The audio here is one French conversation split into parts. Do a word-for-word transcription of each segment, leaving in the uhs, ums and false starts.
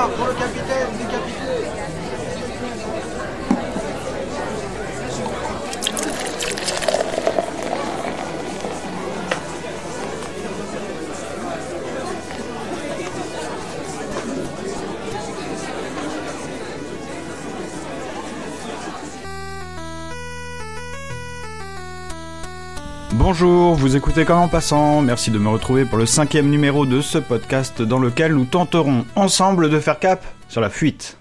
Victoire pour le capitaine décapité. Bonjour, vous écoutez Comme en passant, merci de me retrouver pour le cinquième numéro de ce podcast dans lequel nous tenterons ensemble de faire cap sur la fuite.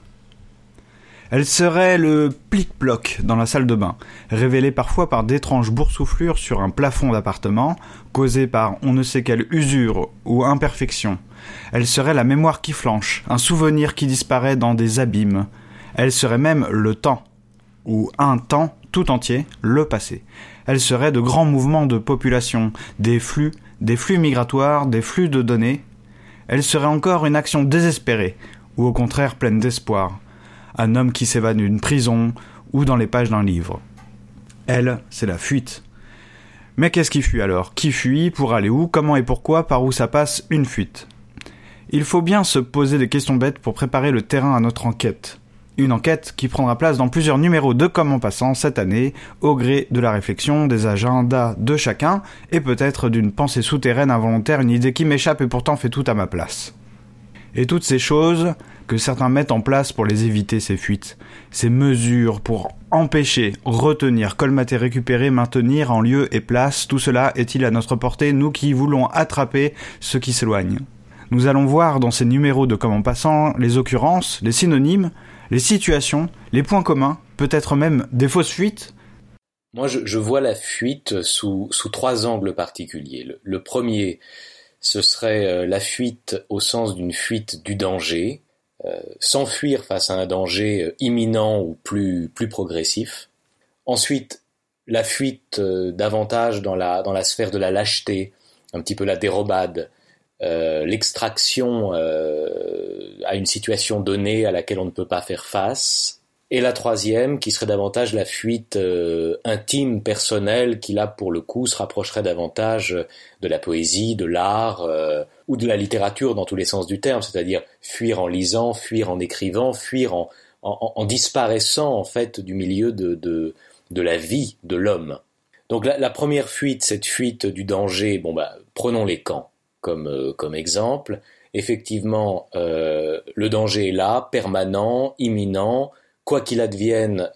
Elle serait le plic-ploc dans la salle de bain, révélée parfois par d'étranges boursouflures sur un plafond d'appartement, causées par on ne sait quelle usure ou imperfection. Elle serait la mémoire qui flanche, un souvenir qui disparaît dans des abîmes. Elle serait même le temps, ou un temps tout entier, le passé. Elle serait de grands mouvements de population, des flux, des flux migratoires, des flux de données. Elle serait encore une action désespérée, ou au contraire pleine d'espoir. Un homme qui s'évade d'une prison, ou dans les pages d'un livre. Elle, c'est la fuite. Mais qu'est-ce qui fuit alors ? Qui fuit ? Pour aller où ? Comment et pourquoi ? Par où ça passe une fuite ? Il faut bien se poser des questions bêtes pour préparer le terrain à notre enquête. Une enquête qui prendra place dans plusieurs numéros de Comme en passant cette année, au gré de la réflexion, des agendas de chacun, et peut-être d'une pensée souterraine involontaire, une idée qui m'échappe et pourtant fait tout à ma place. Et toutes ces choses que certains mettent en place pour les éviter, ces fuites, ces mesures pour empêcher, retenir, colmater, récupérer, maintenir en lieu et place, tout cela est-il à notre portée, nous qui voulons attraper ceux qui s'éloignent ? Nous allons voir dans ces numéros de Comme en passant les occurrences, les synonymes, les situations, les points communs, peut-être même des fausses fuites. Moi, je, je vois la fuite sous, sous trois angles particuliers. Le, le premier, ce serait euh, la fuite au sens d'une fuite du danger, euh, s'enfuir face à un danger euh, imminent ou plus, plus progressif. Ensuite, la fuite euh, davantage dans la, dans la sphère de la lâcheté, un petit peu la dérobade, Euh, l'extraction euh, à une situation donnée à laquelle on ne peut pas faire face, et la troisième qui serait davantage la fuite euh, intime, personnelle, qui là pour le coup se rapprocherait davantage de la poésie, de l'art euh, ou de la littérature dans tous les sens du terme, c'est-à-dire fuir en lisant, fuir en écrivant, fuir en, en, en disparaissant en fait du milieu de, de, de la vie de l'homme. Donc la, la première fuite, cette fuite du danger, bon bah prenons les camps Comme, euh, comme exemple. Effectivement, euh, le danger est là, permanent, imminent, quoi qu'il advienne,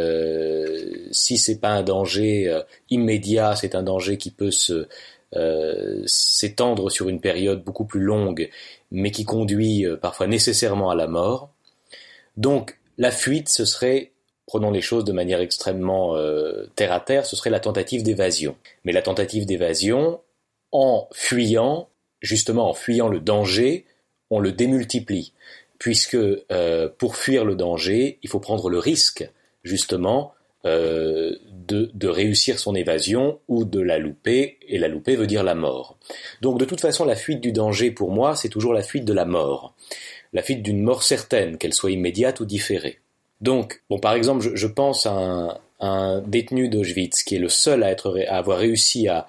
euh, si c'est pas un danger euh, immédiat, c'est un danger qui peut se, euh, s'étendre sur une période beaucoup plus longue, mais qui conduit euh, parfois nécessairement à la mort. Donc, la fuite, ce serait, prenons les choses de manière extrêmement euh, terre à terre, ce serait la tentative d'évasion. Mais la tentative d'évasion, en fuyant, justement en fuyant le danger, on le démultiplie, puisque euh, pour fuir le danger, il faut prendre le risque, justement, euh, de, de réussir son évasion ou de la louper, et la louper veut dire la mort. Donc de toute façon, la fuite du danger, pour moi, c'est toujours la fuite de la mort, la fuite d'une mort certaine, qu'elle soit immédiate ou différée. Donc, bon, par exemple, je, je pense à un, à un détenu d'Auschwitz, qui est le seul à, être, à avoir réussi à,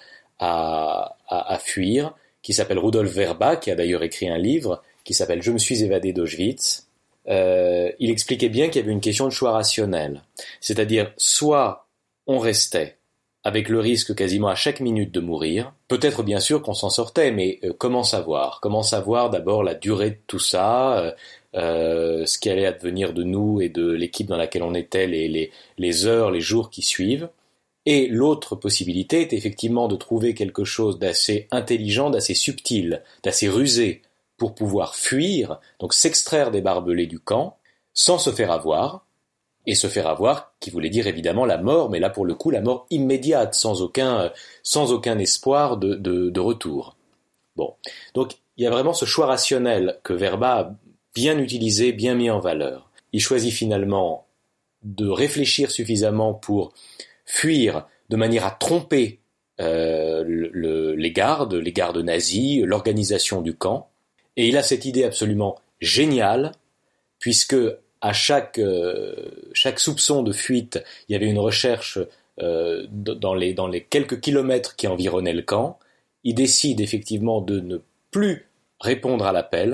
à, à, à fuir, qui s'appelle Rudolf Verba, qui a d'ailleurs écrit un livre qui s'appelle « Je me suis évadé d'Auschwitz ». Euh, il expliquait bien qu'il y avait une question de choix rationnel. C'est-à-dire, soit on restait avec le risque quasiment à chaque minute de mourir, peut-être bien sûr qu'on s'en sortait, mais euh, comment savoir ? Comment savoir d'abord la durée de tout ça, euh, euh, ce qui allait advenir de nous et de l'équipe dans laquelle on était les, les, les heures, les jours qui suivent ? Et l'autre possibilité est effectivement de trouver quelque chose d'assez intelligent, d'assez subtil, d'assez rusé pour pouvoir fuir, donc s'extraire des barbelés du camp, sans se faire avoir, et se faire avoir, qui voulait dire évidemment la mort, mais là pour le coup la mort immédiate, sans aucun, sans aucun espoir de, de, de retour. Bon, donc il y a vraiment ce choix rationnel que Verba a bien utilisé, bien mis en valeur. Il choisit finalement de réfléchir suffisamment pour fuir de manière à tromper euh, le, le, les gardes, les gardes nazis, l'organisation du camp. Et il a cette idée absolument géniale, puisque à chaque, euh, chaque soupçon de fuite, il y avait une recherche euh, dans, les, dans les quelques kilomètres qui environnaient le camp. Il décide effectivement de ne plus répondre à l'appel,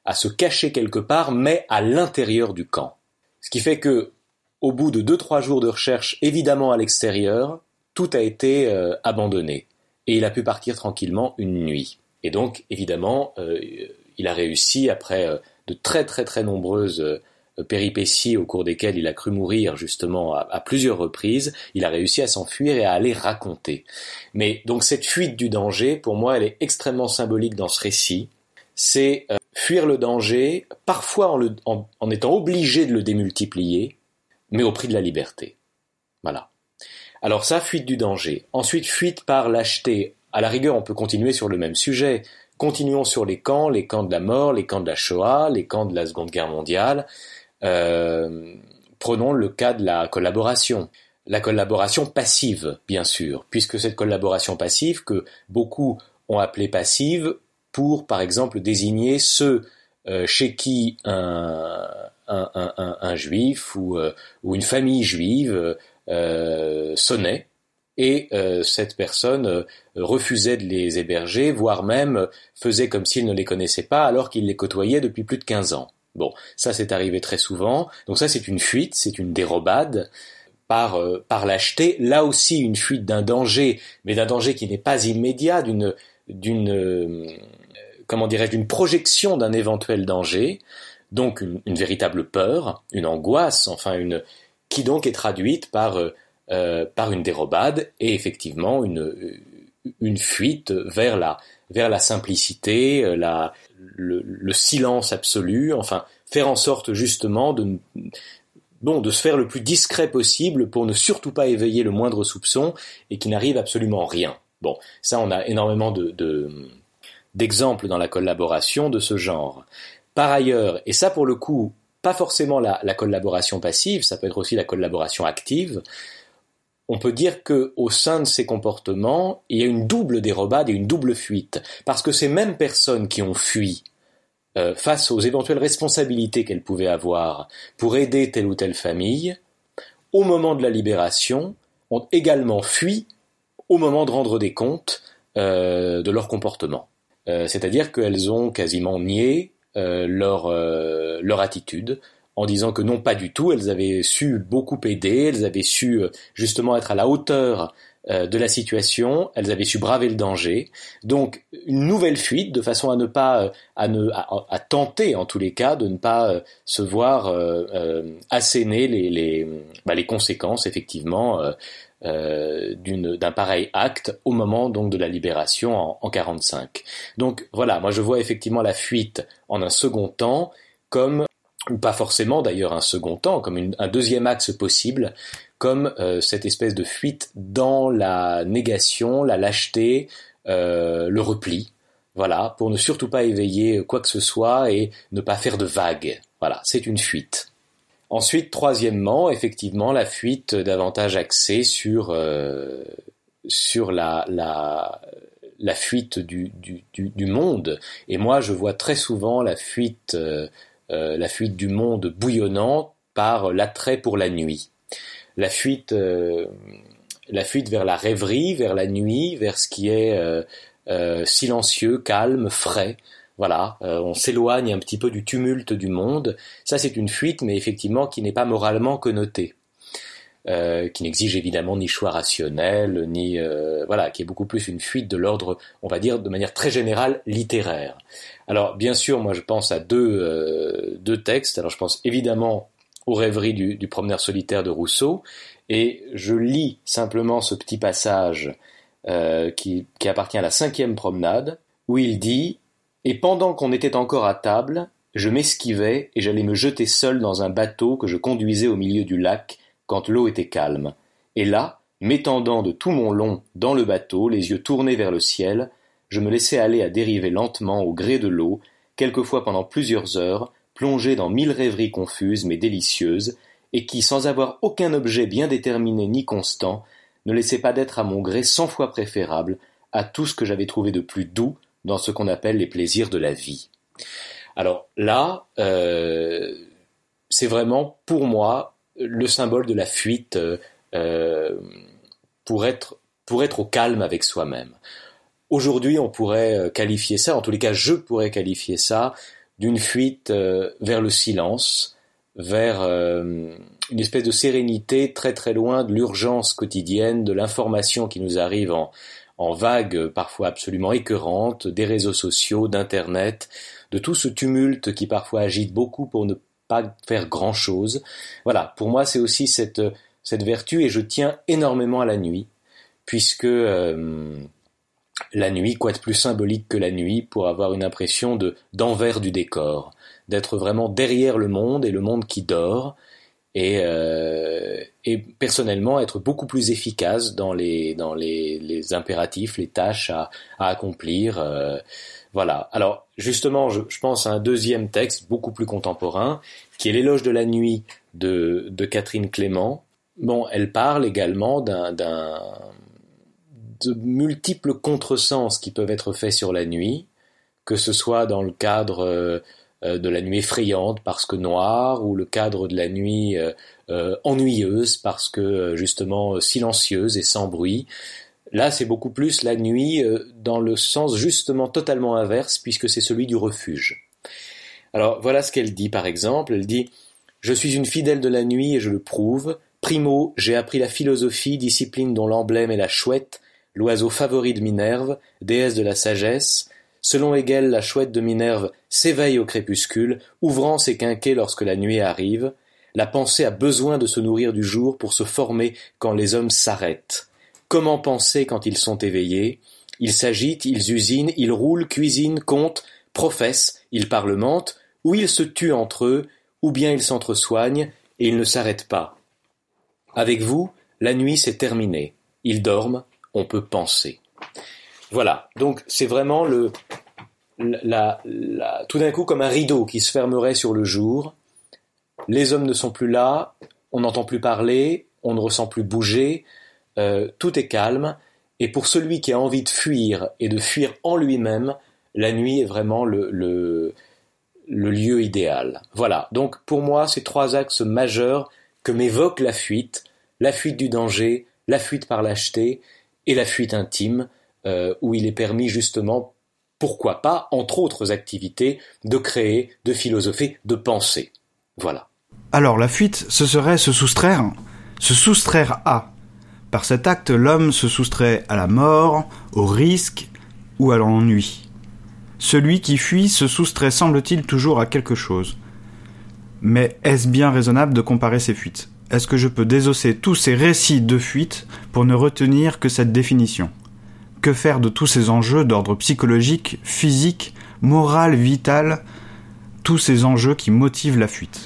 à se cacher quelque part, mais à l'intérieur du camp. Ce qui fait que, au bout de deux, trois jours de recherche, évidemment à l'extérieur, tout a été euh, abandonné. Et il a pu partir tranquillement une nuit. Et donc, évidemment, euh, il a réussi, après euh, de très très très nombreuses euh, péripéties au cours desquelles il a cru mourir justement à, à plusieurs reprises, il a réussi à s'enfuir et à aller raconter. Mais donc cette fuite du danger, pour moi, elle est extrêmement symbolique dans ce récit. C'est euh, fuir le danger, parfois en, le, en, en étant obligé de le démultiplier, mais au prix de la liberté. Voilà. Alors ça, fuite du danger. Ensuite, fuite par lâcheté. À la rigueur, on peut continuer sur le même sujet. Continuons sur les camps, les camps de la mort, les camps de la Shoah, les camps de la Seconde Guerre mondiale. Euh, prenons le cas de la collaboration. La collaboration passive, bien sûr, puisque cette collaboration passive, que beaucoup ont appelée passive, pour, par exemple, désigner ceux euh, chez qui un, un, un, un, un juif ou, euh, ou une famille juive euh, sonnait, et euh, cette personne euh, refusait de les héberger, voire même faisait comme s'il ne les connaissait pas alors qu'il les côtoyait depuis plus de quinze ans. Bon, ça c'est arrivé très souvent, donc ça c'est une fuite, c'est une dérobade par, euh, par lâcheté, là aussi une fuite d'un danger, mais d'un danger qui n'est pas immédiat, d'une, d'une euh, comment dirais-je, d'une projection d'un éventuel danger, donc une, une véritable peur, une angoisse, enfin une, qui donc est traduite par euh, Euh, par une dérobade et effectivement une, une fuite vers la, vers la simplicité, la, le, le silence absolu, enfin faire en sorte justement de, bon, de se faire le plus discret possible pour ne surtout pas éveiller le moindre soupçon et qu'il n'arrive absolument rien. Bon, ça on a énormément de, de, d'exemples dans la collaboration de ce genre. Par ailleurs, et ça pour le coup, pas forcément la, la collaboration passive, ça peut être aussi la collaboration active, on peut dire qu'au sein de ces comportements, il y a une double dérobade et une double fuite. Parce que ces mêmes personnes qui ont fui euh, face aux éventuelles responsabilités qu'elles pouvaient avoir pour aider telle ou telle famille, au moment de la libération, ont également fui au moment de rendre des comptes euh, de leur comportement. Euh, c'est-à-dire qu'elles ont quasiment nié euh, leur, euh, leur attitude, en disant que non, pas du tout, elles avaient su beaucoup aider, elles avaient su justement être à la hauteur euh, de la situation, elles avaient su braver le danger. Donc une nouvelle fuite, de façon à ne pas, à, ne, à, à tenter en tous les cas, de ne pas euh, se voir euh, euh, asséner les, les, bah, les conséquences effectivement euh, euh, d'une, d'un pareil acte au moment donc de la libération en, en quarante-cinq. Donc voilà, moi je vois effectivement la fuite en un second temps comme, ou pas forcément d'ailleurs un second temps, comme une, un deuxième axe possible, comme euh, cette espèce de fuite dans la négation, la lâcheté, euh, le repli, voilà, pour ne surtout pas éveiller quoi que ce soit et ne pas faire de vagues. Voilà, c'est une fuite. Ensuite, troisièmement, effectivement, la fuite davantage axée sur euh, sur la la la fuite du du du, du monde. Et moi, je vois très souvent la fuite euh, Euh, la fuite du monde bouillonnant par l'attrait pour la nuit. La fuite, euh, la fuite vers la rêverie, vers la nuit, vers ce qui est euh, euh, silencieux, calme, frais. Voilà, euh, on s'éloigne un petit peu du tumulte du monde. Ça, c'est une fuite, mais effectivement qui n'est pas moralement connotée. Euh, qui n'exige évidemment ni choix rationnel, ni euh, voilà, qui est beaucoup plus une fuite de l'ordre, on va dire, de manière très générale, littéraire. Alors, bien sûr, moi, je pense à deux euh, deux textes. Alors, je pense évidemment aux rêveries du, du promeneur solitaire de Rousseau, et je lis simplement ce petit passage euh, qui, qui appartient à la cinquième promenade, où il dit « Et pendant qu'on était encore à table, je m'esquivais et j'allais me jeter seul dans un bateau que je conduisais au milieu du lac, quand l'eau était calme. Et là, m'étendant de tout mon long dans le bateau, les yeux tournés vers le ciel, je me laissais aller à dériver lentement au gré de l'eau, quelquefois pendant plusieurs heures, plongé dans mille rêveries confuses mais délicieuses, et qui, sans avoir aucun objet bien déterminé ni constant, ne laissait pas d'être à mon gré cent fois préférable à tout ce que j'avais trouvé de plus doux dans ce qu'on appelle les plaisirs de la vie. » Alors là, euh, c'est vraiment, pour moi, le symbole de la fuite euh, pour être pour être au calme avec soi-même. Aujourd'hui, on pourrait qualifier ça, en tous les cas, je pourrais qualifier ça d'une fuite euh, vers le silence, vers euh, une espèce de sérénité très très loin de l'urgence quotidienne, de l'information qui nous arrive en, en vagues parfois absolument écœurantes, des réseaux sociaux, d'internet, de tout ce tumulte qui parfois agite beaucoup pour ne pas faire grand-chose. Voilà, pour moi c'est aussi cette, cette vertu, et je tiens énormément à la nuit, puisque euh, la nuit, quoi de plus symbolique que la nuit pour avoir une impression de, d'envers du décor, d'être vraiment derrière le monde et le monde qui dort, et, euh, et personnellement être beaucoup plus efficace dans les, dans les, les impératifs, les tâches à, à accomplir. Euh, voilà. Alors justement, je, je pense à un deuxième texte beaucoup plus contemporain, qui est l'Éloge de la nuit de, de Catherine Clément. Bon, elle parle également d'un, d'un de multiples contresens qui peuvent être faits sur la nuit, que ce soit dans le cadre euh, de la nuit effrayante parce que noire, ou le cadre de la nuit euh, euh, ennuyeuse parce que justement silencieuse et sans bruit. Là, c'est beaucoup plus la nuit euh, dans le sens justement totalement inverse, puisque c'est celui du refuge. Alors voilà ce qu'elle dit par exemple, elle dit « Je suis une fidèle de la nuit et je le prouve. Primo, j'ai appris la philosophie, discipline dont l'emblème est la chouette, l'oiseau favori de Minerve, déesse de la sagesse. Selon Hegel, la chouette de Minerve s'éveille au crépuscule, ouvrant ses quinquets lorsque la nuit arrive. La pensée a besoin de se nourrir du jour pour se former quand les hommes s'arrêtent. Comment penser quand ils sont éveillés? Ils s'agitent, ils usinent, ils roulent, cuisinent, comptent, professent, ils parlementent, ou ils se tuent entre eux, ou bien ils s'entresoignent, et ils ne s'arrêtent pas. Avec vous, la nuit s'est terminée. Ils dorment, on peut penser. » Voilà, donc c'est vraiment le, la, la, tout d'un coup comme un rideau qui se fermerait sur le jour. Les hommes ne sont plus là, on n'entend plus parler, on ne ressent plus bouger, euh, tout est calme. Et pour celui qui a envie de fuir et de fuir en lui-même, la nuit est vraiment le, le, le lieu idéal. Voilà, donc pour moi, c'est trois axes majeurs que m'évoque la fuite, la fuite du danger, la fuite par lâcheté et la fuite intime, Euh, où il est permis justement, pourquoi pas, entre autres activités, de créer, de philosopher, de penser. Voilà. Alors la fuite, ce serait se soustraire, se soustraire à. Par cet acte, l'homme se soustrait à la mort, au risque ou à l'ennui. Celui qui fuit se soustrait, semble-t-il, toujours à quelque chose. Mais est-ce bien raisonnable de comparer ces fuites? Est-ce que je peux désosser tous ces récits de fuite pour ne retenir que cette définition? Que faire de tous ces enjeux d'ordre psychologique, physique, moral, vital, tous ces enjeux qui motivent la fuite?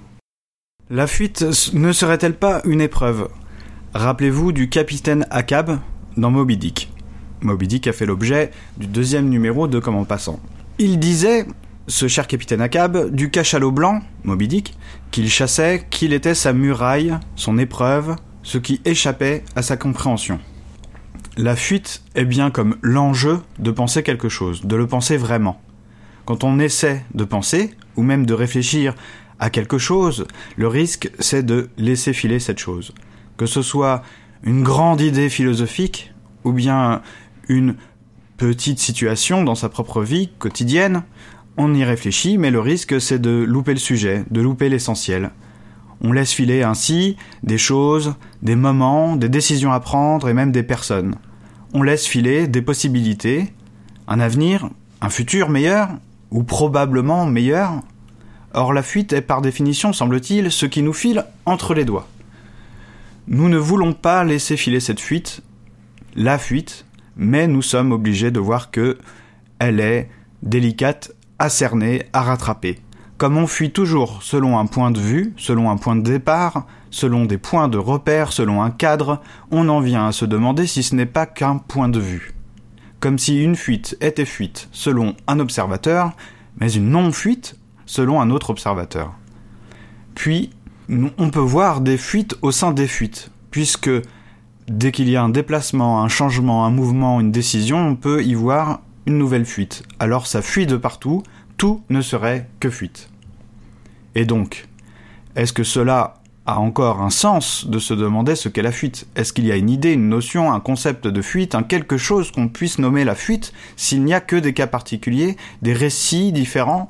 La fuite ne serait-elle pas une épreuve? Rappelez-vous du capitaine Ahab dans Moby Dick. Moby Dick a fait l'objet du deuxième numéro de Comme en passant. Il disait, ce cher capitaine Ahab, du cachalot blanc, Moby Dick, qu'il chassait, qu'il était sa muraille, son épreuve, ce qui échappait à sa compréhension. La fuite est bien comme l'enjeu de penser quelque chose, de le penser vraiment. Quand on essaie de penser, ou même de réfléchir à quelque chose, le risque c'est de laisser filer cette chose. Que ce soit une grande idée philosophique, ou bien une petite situation dans sa propre vie quotidienne, on y réfléchit, mais le risque c'est de louper le sujet, de louper l'essentiel. On laisse filer ainsi des choses, des moments, des décisions à prendre et même des personnes. On laisse filer des possibilités, un avenir, un futur meilleur, ou probablement meilleur. Or la fuite est par définition, semble-t-il, ce qui nous file entre les doigts. Nous ne voulons pas laisser filer cette fuite, la fuite, mais nous sommes obligés de voir que elle est délicate à cerner, à rattraper. Comme on fuit toujours selon un point de vue, selon un point de départ, selon des points de repère, selon un cadre, on en vient à se demander si ce n'est pas qu'un point de vue. Comme si une fuite était fuite selon un observateur, mais une non-fuite selon un autre observateur. Puis, on peut voir des fuites au sein des fuites, puisque dès qu'il y a un déplacement, un changement, un mouvement, une décision, on peut y voir une nouvelle fuite. Alors ça fuit de partout, tout ne serait que fuite. Et donc, est-ce que cela a encore un sens de se demander ce qu'est la fuite? Est-ce qu'il y a une idée, une notion, un concept de fuite, un quelque chose qu'on puisse nommer la fuite, s'il n'y a que des cas particuliers, des récits différents,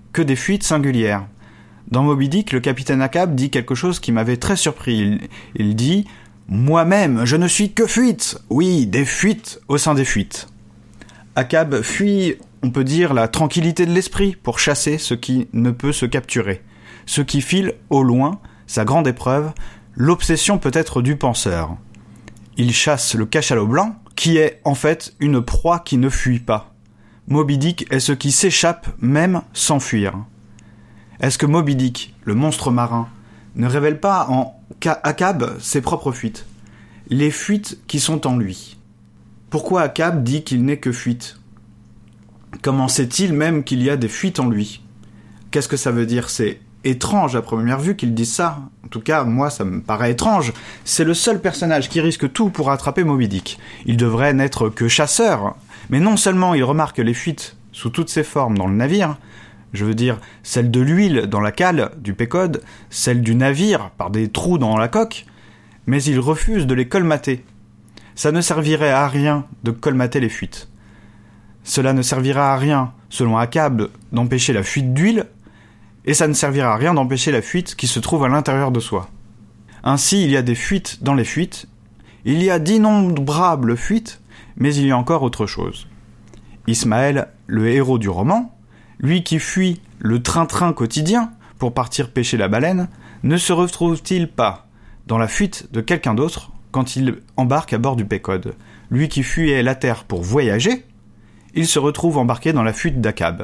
que des fuites singulières. Dans Moby Dick, le capitaine Ahab dit quelque chose qui m'avait très surpris. Il, il dit « Moi-même, je ne suis que fuite !» Oui, des fuites au sein des fuites. Ahab fuit, on peut dire, la tranquillité de l'esprit pour chasser ce qui ne peut se capturer. Ce qui file au loin, sa grande épreuve, l'obsession peut-être du penseur. Il chasse le cachalot blanc, qui est en fait une proie qui ne fuit pas. Moby Dick est ce qui s'échappe même sans fuir. Est-ce que Moby Dick, le monstre marin, ne révèle pas en Ahab ses propres fuites, les fuites qui sont en lui? Pourquoi Ahab dit qu'il n'est que fuite? Comment sait-il même qu'il y a des fuites en lui? Qu'est-ce que ça veut dire? C'est étrange à première vue qu'il dise ça. En tout cas, moi, ça me paraît étrange. C'est le seul personnage qui risque tout pour attraper Moby Dick. Il devrait n'être que chasseur. Mais non seulement il remarque les fuites sous toutes ses formes dans le navire, je veux dire celle de l'huile dans la cale du Pécode, celle du navire par des trous dans la coque, mais il refuse de les colmater. Ça ne servirait à rien de colmater les fuites. Cela ne servira à rien, selon Ahab, d'empêcher la fuite d'huile, et ça ne servira à rien d'empêcher la fuite qui se trouve à l'intérieur de soi. Ainsi, il y a des fuites dans les fuites, il y a d'innombrables fuites, mais il y a encore autre chose. Ismaël, le héros du roman, lui qui fuit le train-train quotidien pour partir pêcher la baleine, ne se retrouve-t-il pas dans la fuite de quelqu'un d'autre quand il embarque à bord du Pécode? Lui qui fuyait la terre pour voyager, il se retrouve embarqué dans la fuite d'Ahab.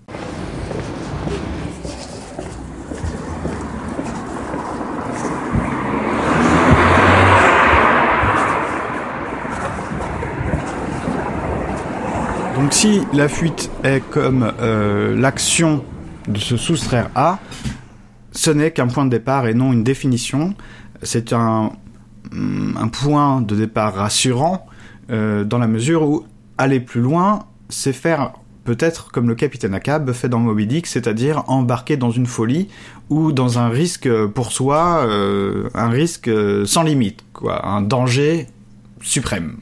Donc si la fuite est comme euh, l'action de se soustraire à, ce n'est qu'un point de départ et non une définition. C'est un, un point de départ rassurant euh, dans la mesure où aller plus loin, c'est faire peut-être comme le capitaine Ahab fait dans Moby Dick, c'est-à-dire embarquer dans une folie ou dans un risque pour soi, euh, un risque sans limite, quoi, un danger suprême.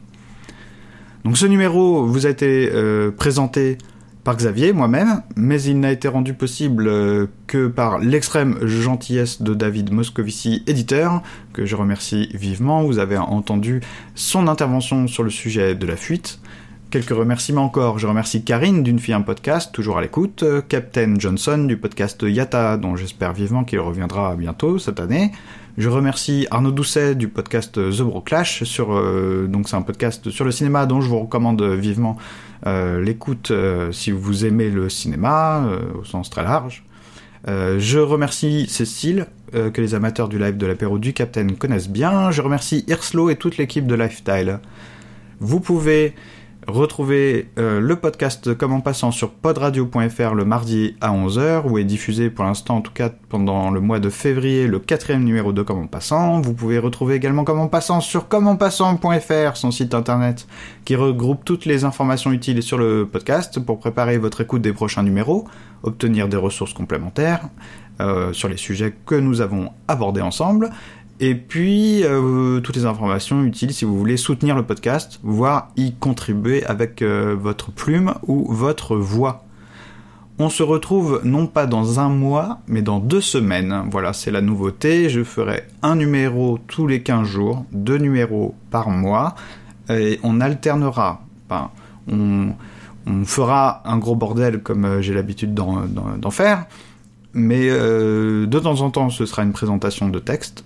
Donc ce numéro vous a été euh, présenté par Xavier, moi-même, mais il n'a été rendu possible euh, que par l'extrême gentillesse de David Moscovici, éditeur, que je remercie vivement. Vous avez entendu son intervention sur le sujet de la fuite. Quelques remerciements encore. Je remercie Karine d'une fille un podcast, toujours à l'écoute, Captain Johnson du podcast Yata, dont j'espère vivement qu'il reviendra bientôt cette année. Je remercie Arnaud Doucet du podcast The Bro Clash, sur, euh, donc c'est un podcast sur le cinéma dont je vous recommande vivement euh, l'écoute euh, si vous aimez le cinéma, euh, au sens très large. Euh, je remercie Cécile, euh, que les amateurs du live de l'apéro du Captain connaissent bien. Je remercie Irslo et toute l'équipe de Lifestyle. Vous pouvez retrouvez euh, le podcast Comme en passant sur podradio point f r le mardi à onze heures, où est diffusé pour l'instant, en tout cas pendant le mois de février, le quatrième numéro de Comme en passant. Vous pouvez retrouver également Comme en passant sur comme en passant point f r, son site internet qui regroupe toutes les informations utiles sur le podcast pour préparer votre écoute des prochains numéros, obtenir des ressources complémentaires euh, sur les sujets que nous avons abordés ensemble. Et puis, euh, toutes les informations utiles si vous voulez soutenir le podcast, voire y contribuer avec euh, votre plume ou votre voix. On se retrouve non pas dans un mois, mais dans deux semaines. Voilà, c'est la nouveauté. Je ferai un numéro tous les quinze jours, deux numéros par mois, et on alternera. Enfin, on, on fera un gros bordel comme euh, j'ai l'habitude d'en, d'en, d'en faire, mais euh, de temps en temps, ce sera une présentation de texte,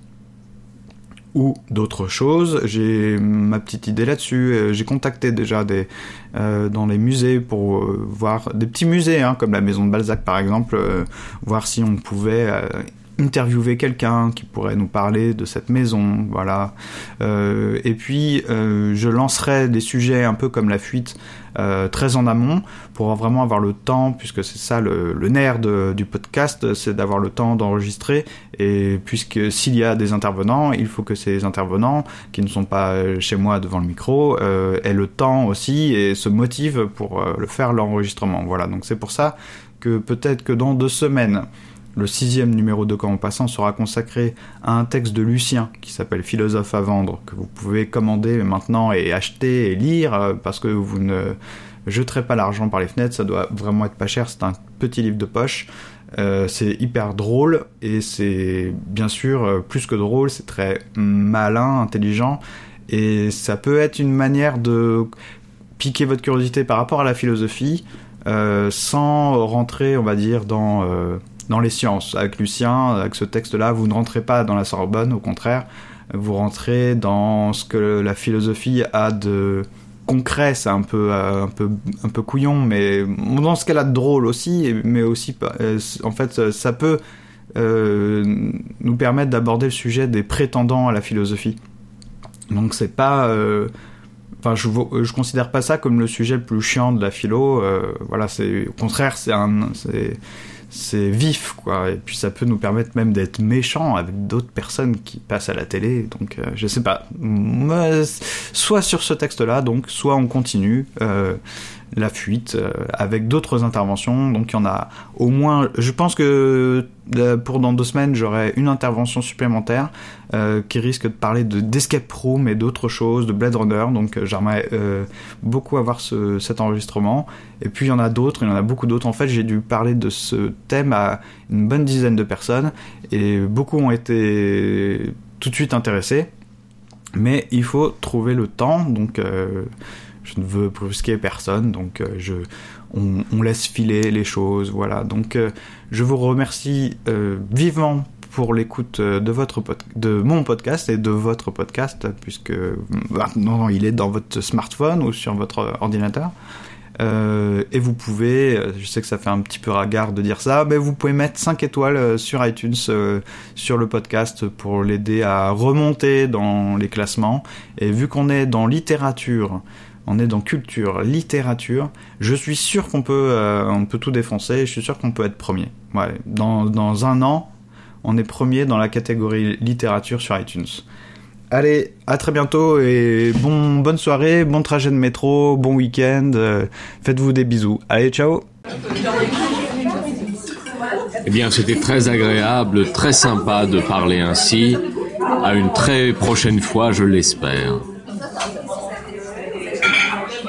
ou d'autres choses. J'ai ma petite idée là-dessus. J'ai contacté déjà des euh, dans les musées pour euh, voir des petits musées, hein, comme la Maison de Balzac par exemple, euh, voir si on pouvait euh, interviewer quelqu'un qui pourrait nous parler de cette maison, voilà. Euh, et puis euh, je lancerai des sujets un peu comme la fuite euh, très en amont pour vraiment avoir le temps, puisque c'est ça le, le nerf de, du podcast, c'est d'avoir le temps d'enregistrer. Et puisque s'il y a des intervenants, il faut que ces intervenants qui ne sont pas chez moi devant le micro euh, aient le temps aussi et se motivent pour euh, le faire l'enregistrement. Voilà, donc c'est pour ça que peut-être que dans deux semaines, le sixième numéro de Comme en passant sera consacré à un texte de Lucien qui s'appelle Philosophe à vendre, que vous pouvez commander maintenant et acheter et lire parce que vous ne jeterez pas l'argent par les fenêtres, ça doit vraiment être pas cher, c'est un petit livre de poche. Euh, c'est hyper drôle et c'est bien sûr euh, plus que drôle, c'est très malin, intelligent et ça peut être une manière de piquer votre curiosité par rapport à la philosophie euh, sans rentrer, on va dire, dans, euh, dans les sciences. Avec Lucien, avec ce texte-là, vous ne rentrez pas dans la Sorbonne, au contraire, vous rentrez dans ce que la philosophie a de concret, c'est un peu, un peu, un peu couillon, mais dans ce qu'elle a de drôle aussi, mais aussi, euh, en fait, ça peut euh, nous permettre d'aborder le sujet des prétendants à la philosophie. Donc c'est pas... Euh, enfin, je, je considère pas ça comme le sujet le plus chiant de la philo, euh, voilà, c'est, au contraire, c'est un... C'est, c'est vif, quoi, et puis ça peut nous permettre même d'être méchants avec d'autres personnes qui passent à la télé, donc euh, je sais pas, soit sur ce texte-là, donc, soit on continue euh, la fuite euh, avec d'autres interventions, donc il y en a au moins, je pense que euh, pour dans deux semaines, j'aurai une intervention supplémentaire euh, qui risque de parler de, d'escape room et d'autres choses, de Blade Runner, donc euh, j'aimerais euh, beaucoup avoir ce, cet enregistrement, et puis il y en a d'autres, il y en a beaucoup d'autres, en fait j'ai dû parler de ce thème à une bonne dizaine de personnes, et beaucoup ont été tout de suite intéressés, mais il faut trouver le temps, donc euh, je ne veux brusquer personne, donc euh, je, on, on laisse filer les choses, voilà. Donc euh, je vous remercie euh, vivement pour l'écoute de votre pod- de mon podcast et de votre podcast, puisque maintenant il est dans votre smartphone ou sur votre ordinateur. Euh, et vous pouvez, je sais que ça fait un petit peu ringard de dire ça, mais vous pouvez mettre cinq étoiles sur iTunes euh, sur le podcast pour l'aider à remonter dans les classements. Et vu qu'on est dans littérature, on est dans culture, littérature, je suis sûr qu'on peut, euh, on peut tout défoncer, je suis sûr qu'on peut être premier. Ouais, dans, dans un an, on est premier dans la catégorie littérature sur iTunes. Allez, à très bientôt et bon, bonne soirée, bon trajet de métro, bon week-end, euh, faites-vous des bisous. Allez, ciao. Eh bien, c'était très agréable, très sympa de parler ainsi. À une très prochaine fois, je l'espère.